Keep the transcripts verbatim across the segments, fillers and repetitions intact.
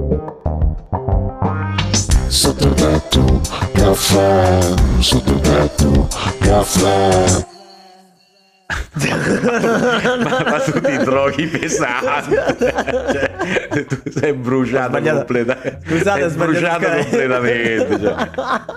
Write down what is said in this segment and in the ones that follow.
Sottotetto caffè, sottotetto caffè. ma, ma tu ti droghi pesante, cioè, tu sei bruciato completamente. Scusate, sei bruciato completamente. Cioè.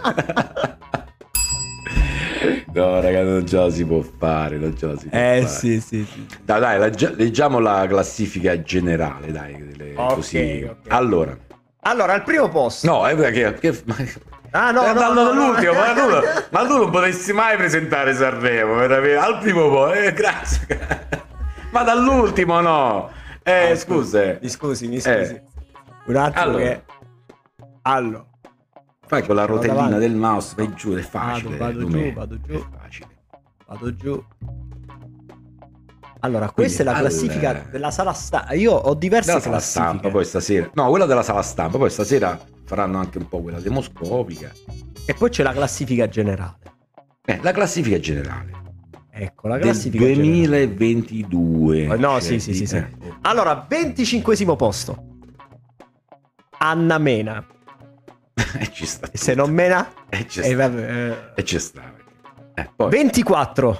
No, raga, non ce la si può fare, non ce la si può eh, fare. sì, sì, sì. Dai, dai, legge, leggiamo la classifica generale, dai, le, okay, così. Okay. Allora. Allora, al primo posto. No, è perché... che, Ah, no, eh, no, no, dall'ultimo, no. Ma, tu, ma tu non potresti mai presentare Sanremo, veramente. Al primo posto, eh, grazie. Ma dall'ultimo no. Eh, ah, scuse. Mi scusi, mi scusi. Eh. Un attimo allora. che... Allora. Fai con la rotellina davanti. del mouse, vai giù, è facile. Vado, vado giù, vado giù. È facile. Vado giù. Allora, questa Quindi, è la classifica allora... della sala stampa. Io ho diverse della sala classifiche. stampa, poi stasera. No, quella della sala stampa, poi stasera faranno anche un po' quella demoscopica. E poi c'è la classifica generale. Eh, la classifica generale. Ecco, la classifica del duemilaventidue. generale. No, cioè, sì, sì, sì, sì. eh. Allora, venticinquesimo posto. Anna Mena. E ci sta. E se non mena? E ci E sta. vabbè, eh. E ci sta. Eh, poi. ventiquattro.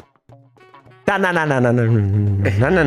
Non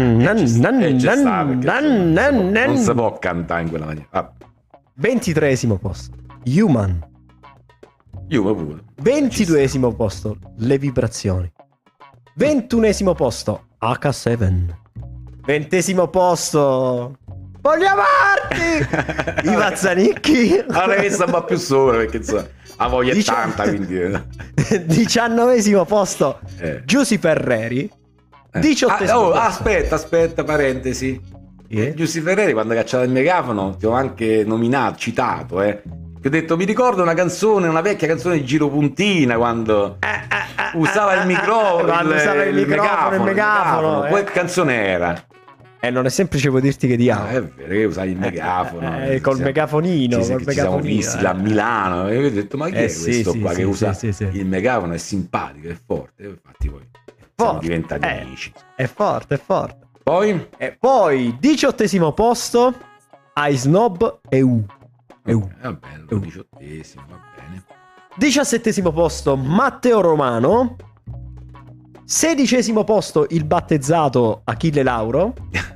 si può cantare in quella maniera. Ah. ventitreesimo posto. Human. Io ma pure. ventiduesimo posto. Le vibrazioni. ventunesimo posto. acca sette. ventesimo posto. Voglio amarti. I Mazzanicchi. Allora questa va più sopra perché insomma la voglia è Dici- tanta, quindi diciannovesimo posto. eh. Giusy Ferreri. Eh. diciottesimo Ah, oh, posto. aspetta, aspetta, parentesi. Eh? Giussi Ferreri quando ha cacciato il megafono ti ho anche nominato, citato, eh. Ti ho detto, mi ricordo una canzone, una vecchia canzone di Giro Puntina quando usava il microfono, Quando usava il microfono, il megafono, eh. Che canzone era? Eh, non è semplice vuol dirti che diavolo. Ah, è vero che usavi il megafono. Eh, eh, col Ci megafonino, siamo- col ci, ci siamo megafonino, visti eh. là a Milano e io ho detto, ma chi Eh, è sì, questo sì, qua sì, che sì, usa sì, sì. il megafono? È simpatico, è forte. Infatti poi siamo Forte, diventati eh. amici. È forte, è forte. Poi? E poi, diciottesimo posto, I Snob e U. E U. Eh, va bene, allora, diciottesimo, va bene. diciassettesimo posto, Matteo Romano. Sedicesimo posto, il battezzato Achille Lauro.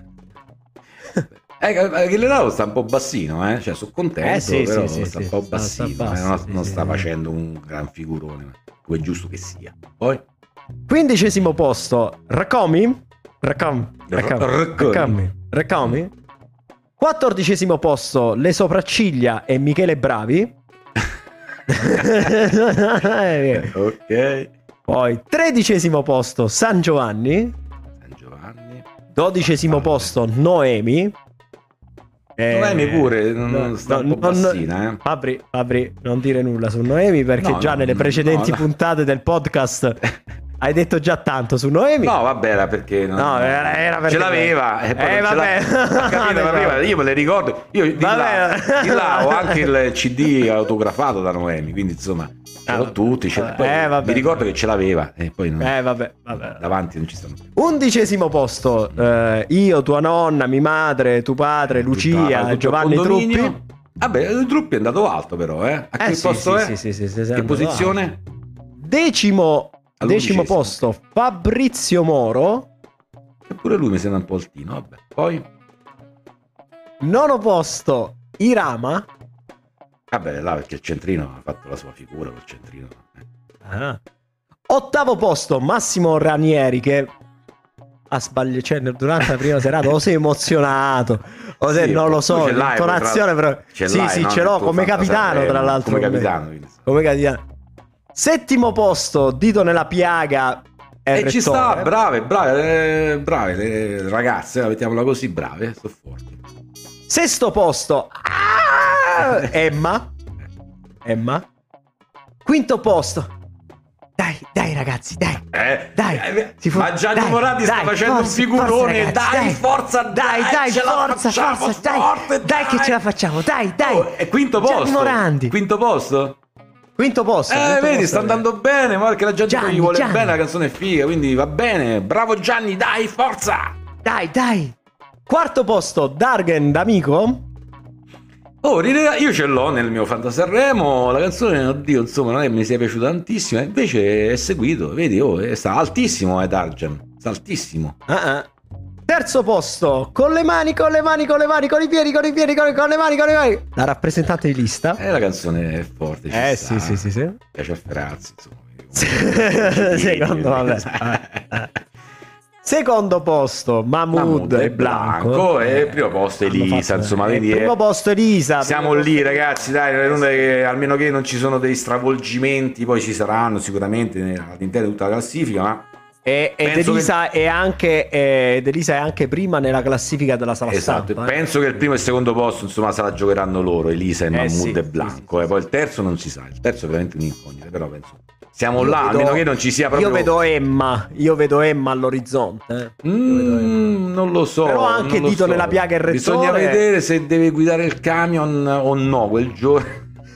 Eh, che Leonardo sta un po' bassino, eh? Cioè, sono contento, Eh, sì, però sì, sì, sta sì. un po' Sta- sta bassino, basso, eh, non, sì, non sì, sta sì. facendo un gran figurone, ma come è giusto che sia. Poi? Quindicesimo posto, Racomi. Racomi. Racomi. Racomi. Racomi. Racomi. Quattordicesimo posto, Le Sopracciglia e Michele Bravi. Ok. Poi tredicesimo posto, San Giovanni. San Giovanni. Dodicesimo Vabbè. posto, Noemi. Eh, Noemi pure, non- no, sta un no, po' non- bassina, eh. Fabri, Fabri, non dire nulla su Noemi perché No, già no, nelle no, precedenti no. puntate del podcast hai detto già tanto su Noemi. No, vabbè, era perché non- No, era- era perché- ce l'aveva. E poi Eh, non ce vabbè. l'ha- Ho capito, ma prima io me le ricordo. Io di là, Vabbè. di là ho anche il C D autografato da Noemi, quindi insomma, ce Ah, l'ho tutti. Ce vabbè. poi Eh, vabbè. mi ricordo che ce l'aveva e poi non- Eh vabbè, vabbè. davanti non ci stanno più. Undicesimo posto, eh, io, tua nonna, mia madre, tuo padre, Lucia, Tutto Giovanni il condominio. Truppi. Vabbè, il Truppi è andato alto però, eh. A che Eh, sì, posto sì, è? sì, sì, sì, sì, sì, è Che andato posizione? Decimo, decimo All'undicesimo. posto, Fabrizio Moro. Eppure lui mi sembra un po' altino, vabbè. Poi, Nono posto, Irama. vabbè, là perché il centrino ha fatto la sua figura col centrino. eh. Ah. Ottavo posto, Massimo Ranieri che ha sbagliato, cioè durante la prima serata o sei emozionato o se Sì, non lo tu so, ce l'hai, l'intonazione poi però Ce sì l'hai, sì no? ce l'ho Tu come fatta capitano Sanremo, tra l'altro come con me. capitano, quindi. Come capitano. Settimo posto, Dito nella piaga e E ci sta, Rettore. brave, brave, eh, brave le ragazze, la mettiamola così, brave, sono forti. Sesto posto, ah, Emma. Emma. Quinto posto. Dai, dai ragazzi, dai. Eh, Dai, eh, si fu- ma Gianni dai, Morandi sta dai, facendo forza, un figurone, forza, ragazzi, dai, dai. forza, Dai, dai, ce la forza, facciamo, forza, dai, forte, dai che ce la facciamo, dai, dai. Oh, è quinto Gianni posto. Morandi. Quinto posto? Quinto posto. Eh, quinto vedi, posto, sta andando bene, ma perché la gente Gianni, gli vuole Gianni. bene, la canzone è figa, quindi va bene. Bravo Gianni, dai, forza! Dai, dai. Quarto posto, Dargen d'Amico. Oh, rideva- io ce l'ho nel mio Fantasanremo, la canzone, oddio, insomma, non è che mi sia piaciuta tantissimo, invece è seguito, vedi, oh, è- sta altissimo Ed Argen, sta altissimo. Ah, ah. Terzo posto, con le mani, con le mani, con le mani, con i piedi, con i piedi, con, con le mani, con le mani. La rappresentante di lista. Eh, la canzone è forte, ci Eh sta. sì, sì, sì, sì. Piace a Ferazzi, insomma. Secondo vabbè. Secondo posto, Mahmood, Mahmood e e Blanco. Blanco, e primo posto Hanno Elisa, fatto- insomma, eh, vedi, eh. primo posto Elisa. Siamo primo lì, posto- ragazzi, dai, non è che- almeno che non ci sono dei stravolgimenti, poi ci saranno sicuramente all'interno di tutta la classifica, ma E, ed, penso Elisa è anche, eh, ed Elisa è anche prima nella classifica della sala esatto, stampa. eh. penso che il primo e il secondo posto, insomma, se la giocheranno loro, Elisa e Eh, Mahmood sì, e sì, Blanco, sì, eh, sì, poi il terzo non si sa, il terzo è veramente un'incognita, però penso siamo Io là, vedo- a meno che non ci sia proprio... Io vedo Emma, io vedo Emma all'orizzonte. eh. Io vedo Emma. Mm, non lo so, Però anche non lo dito so. nella piaga il rettore. Bisogna vedere se deve guidare il camion o no quel giorno.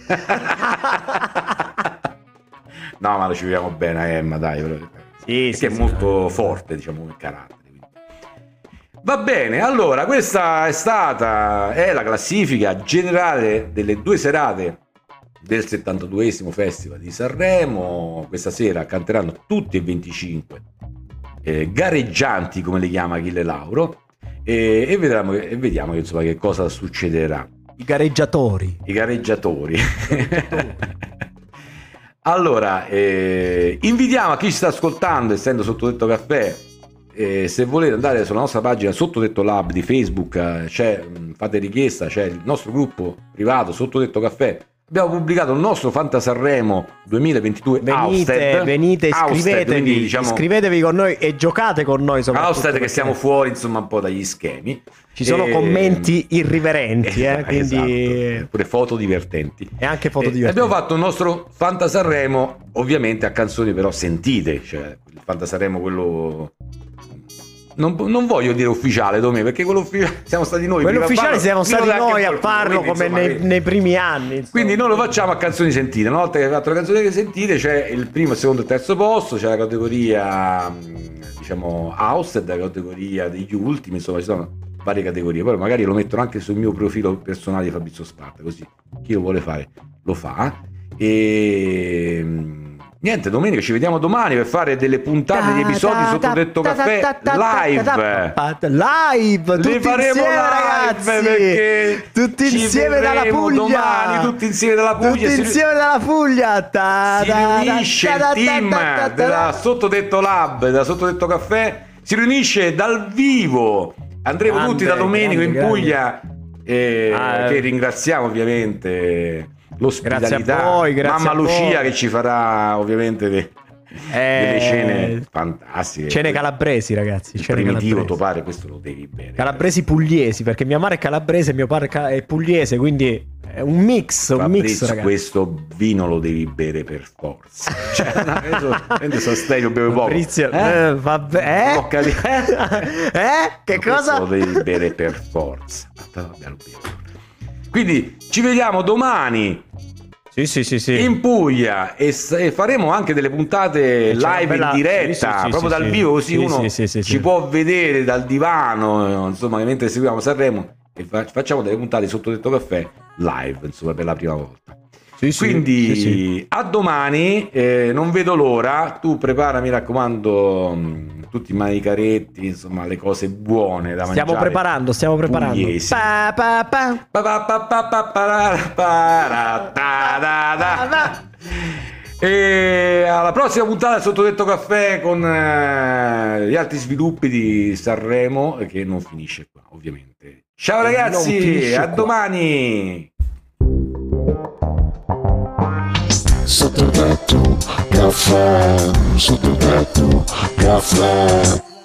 No, ma lo ci viviamo bene a Emma, dai, però- Sì, perché sì, è sì. molto forte, diciamo, come carattere. quindi. Va bene, allora questa è stata è la classifica generale delle due serate del settantaduesimo Festival di Sanremo. Questa sera canteranno tutti e venticinque eh, gareggianti, come li chiama Achille Lauro, e, e, vedremo, e vediamo che, insomma, che cosa succederà. I gareggiatori. I gareggiatori. Allora, eh, invitiamo a chi ci sta ascoltando, essendo Sottotetto Caffè, eh, se volete andare sulla nostra pagina Sottotetto Lab di Facebook, eh, c'è, mh, fate richiesta, c'è il nostro gruppo privato Sottotetto Caffè. Abbiamo pubblicato il nostro Fantasanremo duemilaventidue Venite, Austed. venite, Austed, iscrivetevi, quindi, diciamo, iscrivetevi con noi e giocate con noi. soprattutto Austed, che perché siamo fuori, insomma, un po' dagli schemi. Ci sono E- commenti irriverenti, eh, Esatto, quindi pure foto divertenti. e anche foto Eh, divertenti. abbiamo fatto il nostro Fantasanremo, ovviamente a canzoni però sentite, cioè il Fantasanremo quello non, non voglio dire ufficiale, Domè, perché quello ufficiale siamo stati noi. Quello prima a ufficiale farlo, siamo prima stati da anche noi a qualcuno, farlo quindi, come insomma, nei, quindi- nei primi anni. insomma. Quindi noi lo facciamo a canzoni sentite. Una volta che hai fatto le canzoni che sentite, c'è il primo, il secondo e il terzo posto, c'è la categoria, mh, diciamo, house, la categoria degli ultimi, insomma, ci sono varie categorie. Poi magari lo mettono anche sul mio profilo personale di Fabrizio Sparta, così chi lo vuole fare lo fa. E mh, niente, domenica ci vediamo domani per fare delle puntate di episodi Sottotetto Caffè live. Live, tutti Le faremo insieme, live, ragazzi. perché tutti ci insieme dalla vedremo Puglia. domani, tutti insieme dalla Puglia. Tutti Si- insieme dalla Puglia. Ta- si ta- ta- riunisce ta- il ta- team ta- ta- ta- della Sottotetto Lab, della Sottotetto Caffè, si riunisce dal vivo. Andremo Grande, tutti da Domenico in grande, Puglia, eh, Ah, eh. che ringraziamo ovviamente l'ospitalità. Grazie a voi, grazie Mamma a Lucia voi. che ci farà ovviamente de- delle Eh, cene fantastiche. Cene calabresi, ragazzi. Il Cene primitivo calabresi. tuo padre, questo lo devi bene. Calabresi pugliesi, perché mia madre è calabrese e mio padre è ca- è pugliese, quindi è un mix, un mix, Fabrizio, ragazzi. questo vino lo devi bere per forza. Cioè, no, io so stereo, bevo poco. Fabrizio, Eh? eh, vabbè, eh? Bocca di- eh? Che No, questo cosa? lo devi bere per forza. Vabbè, lo bevo. Quindi ci vediamo domani Sì, sì, sì, sì. in Puglia e, s- e faremo anche delle puntate C'è una live bella- in diretta, sì, sì, sì, proprio sì, dal sì. vivo, così Sì, uno sì, sì, sì, ci sì. può vedere dal divano, insomma, mentre seguiamo Sanremo, e fa- facciamo delle puntate sotto Tetto Caffè live, insomma, per la prima volta. Sì, sì, Quindi sì, sì. a domani, eh, non vedo l'ora. Tu prepara, mi raccomando, mh, tutti i manicaretti, insomma, le cose buone da mangiare. Stiamo preparando, stiamo preparando. Pugliesi. Pa, pa, pa. Pa, pa, pa, pa, pa, para, para, ta, da, da. E alla prossima puntata sotto Tetto Caffè con eh, gli altri sviluppi di Sanremo, che non finisce qua, ovviamente. Ciao Non ragazzi, finisce a qua. domani. Sottotetto caffè, sottotetto caffè.